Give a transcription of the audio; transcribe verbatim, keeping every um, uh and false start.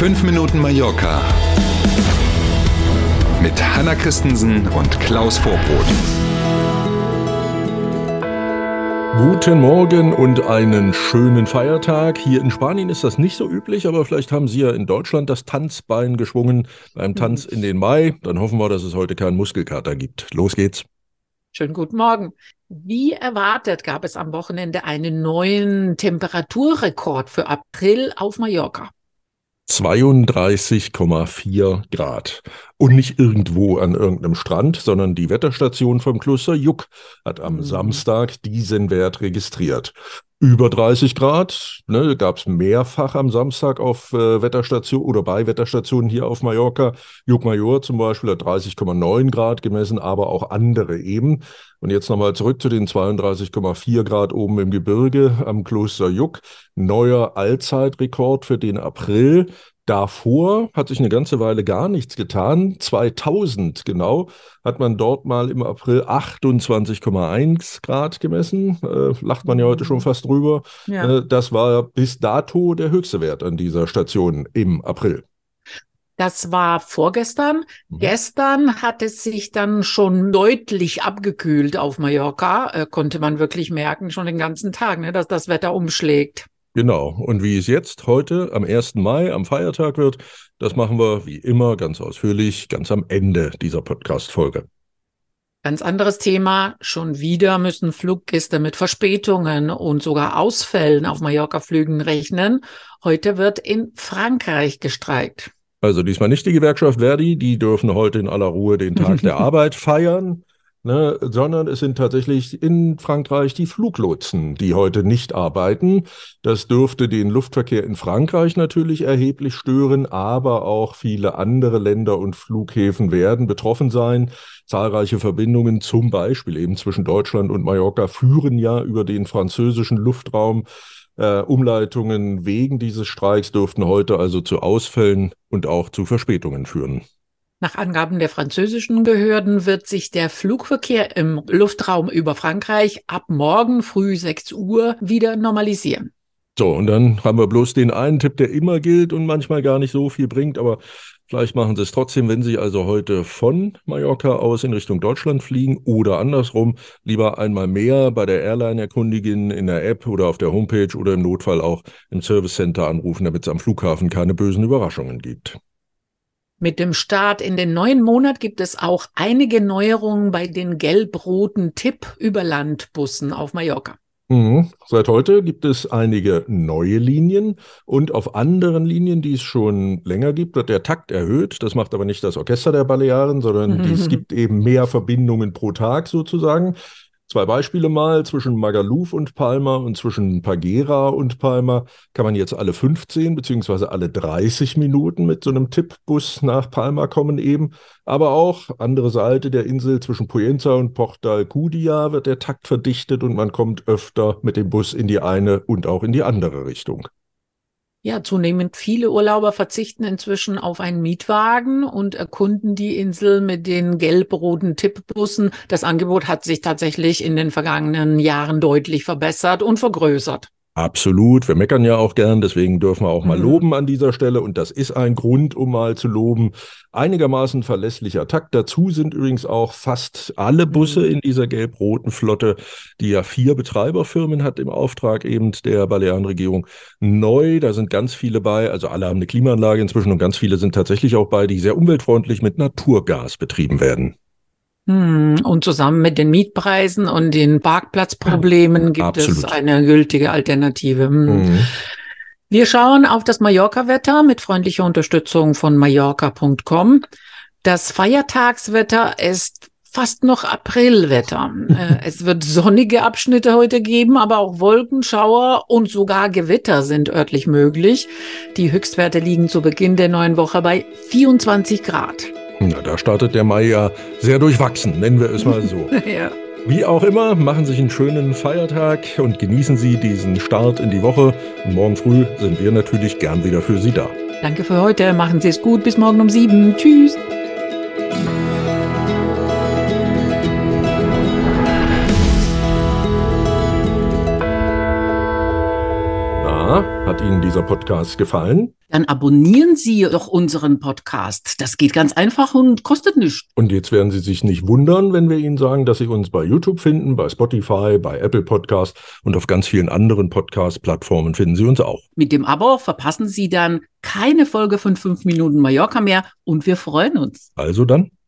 fünf Minuten Mallorca mit Hanna Christensen und Klaus Vorbrot. Guten Morgen und einen schönen Feiertag. Hier in Spanien ist das nicht so üblich, aber vielleicht haben Sie ja in Deutschland das Tanzbein geschwungen beim Tanz in den Mai. Dann hoffen wir, dass es heute keinen Muskelkater gibt. Los geht's. Schönen guten Morgen. Wie erwartet gab es am Wochenende einen neuen Temperaturrekord für April auf Mallorca. zweiunddreißig Komma vier Grad. Und nicht irgendwo an irgendeinem Strand, sondern die Wetterstation vom Kloster Juck hat am mhm. Samstag diesen Wert registriert. Über dreißig Grad, ne, gab es mehrfach am Samstag auf äh, Wetterstationen oder bei Wetterstationen hier auf Mallorca. Juck Major zum Beispiel hat dreißig Komma neun Grad gemessen, aber auch andere eben. Und jetzt nochmal zurück zu den zweiunddreißig Komma vier Grad oben im Gebirge am Kloster Juck. Neuer Allzeitrekord für den April. Davor hat sich eine ganze Weile gar nichts getan. zweitausend genau hat man dort mal im April achtundzwanzig Komma eins Grad gemessen. Äh, lacht man ja heute schon fast drüber. Ja. Äh, das war bis dato der höchste Wert an dieser Station im April. Das war vorgestern. Mhm. Gestern hat es sich dann schon deutlich abgekühlt auf Mallorca. Äh, konnte man wirklich merken, schon den ganzen Tag, ne, dass das Wetter umschlägt. Genau. Und wie es jetzt heute am ersten Mai am Feiertag wird, das machen wir wie immer ganz ausführlich, ganz am Ende dieser Podcast-Folge. Ganz anderes Thema. Schon wieder müssen Fluggäste mit Verspätungen und sogar Ausfällen auf Mallorca-Flügen rechnen. Heute wird in Frankreich gestreikt. Also diesmal nicht die Gewerkschaft Verdi, die dürfen heute in aller Ruhe den Tag der Arbeit feiern. Ne, sondern es sind tatsächlich in Frankreich die Fluglotsen, die heute nicht arbeiten. Das dürfte den Luftverkehr in Frankreich natürlich erheblich stören, aber auch viele andere Länder und Flughäfen werden betroffen sein. Zahlreiche Verbindungen, zum Beispiel eben zwischen Deutschland und Mallorca, führen ja über den französischen Luftraum. Äh, Umleitungen wegen dieses Streiks dürften heute also zu Ausfällen und auch zu Verspätungen führen. Nach Angaben der französischen Behörden wird sich der Flugverkehr im Luftraum über Frankreich ab morgen früh sechs Uhr wieder normalisieren. So, und dann haben wir bloß den einen Tipp, der immer gilt und manchmal gar nicht so viel bringt, aber vielleicht machen Sie es trotzdem, wenn Sie also heute von Mallorca aus in Richtung Deutschland fliegen oder andersrum, lieber einmal mehr bei der Airline erkundigen, in der App oder auf der Homepage oder im Notfall auch im Service Center anrufen, damit es am Flughafen keine bösen Überraschungen gibt. Mit dem Start in den neuen Monat gibt es auch einige Neuerungen bei den gelb-roten Tipp-Überlandbussen auf Mallorca. Mhm. Seit heute gibt es einige neue Linien und auf anderen Linien, die es schon länger gibt, wird der Takt erhöht. Das macht aber nicht das Orchester der Balearen, sondern mhm. es gibt eben mehr Verbindungen pro Tag sozusagen. Zwei Beispiele mal, zwischen Magaluf und Palma und zwischen Pagera und Palma kann man jetzt alle fünfzehn beziehungsweise alle dreißig Minuten mit so einem Tippbus nach Palma kommen eben. Aber auch andere Seite der Insel zwischen Poyenza und Portalcúdia wird der Takt verdichtet und man kommt öfter mit dem Bus in die eine und auch in die andere Richtung. Ja, zunehmend viele Urlauber verzichten inzwischen auf einen Mietwagen und erkunden die Insel mit den gelb-roten Tippbussen. Das Angebot hat sich tatsächlich in den vergangenen Jahren deutlich verbessert und vergrößert. Absolut, wir meckern ja auch gern, deswegen dürfen wir auch mal mhm. loben an dieser Stelle und das ist ein Grund, um mal zu loben. Einigermaßen verlässlicher Takt. Dazu sind übrigens auch fast alle Busse mhm. in dieser gelb-roten Flotte, die ja vier Betreiberfirmen hat im Auftrag eben der Balearenregierung, neu. Da sind ganz viele bei, also alle haben eine Klimaanlage inzwischen und ganz viele sind tatsächlich auch bei, die sehr umweltfreundlich mit Naturgas betrieben werden. Und zusammen mit den Mietpreisen und den Parkplatzproblemen gibt Absolut. es eine gültige Alternative. Mhm. Wir schauen auf das Mallorca-Wetter mit freundlicher Unterstützung von Mallorca Punkt com. Das Feiertagswetter ist fast noch Aprilwetter. Es wird sonnige Abschnitte heute geben, aber auch Wolken, Schauer und sogar Gewitter sind örtlich möglich. Die Höchstwerte liegen zu Beginn der neuen Woche bei vierundzwanzig Grad. Na, da startet der Mai ja sehr durchwachsen, nennen wir es mal so. Ja. Wie auch immer, machen Sie sich einen schönen Feiertag und genießen Sie diesen Start in die Woche. Und morgen früh sind wir natürlich gern wieder für Sie da. Danke für heute, machen Sie es gut, bis morgen um sieben. Tschüss. Na, Hat Ihnen dieser Podcast gefallen? Dann abonnieren Sie doch unseren Podcast. Das geht ganz einfach und kostet nichts. Und jetzt werden Sie sich nicht wundern, wenn wir Ihnen sagen, dass Sie uns bei YouTube finden, bei Spotify, bei Apple Podcast und auf ganz vielen anderen Podcast-Plattformen finden Sie uns auch. Mit dem Abo verpassen Sie dann keine Folge von fünf Minuten Mallorca mehr und wir freuen uns. Also dann,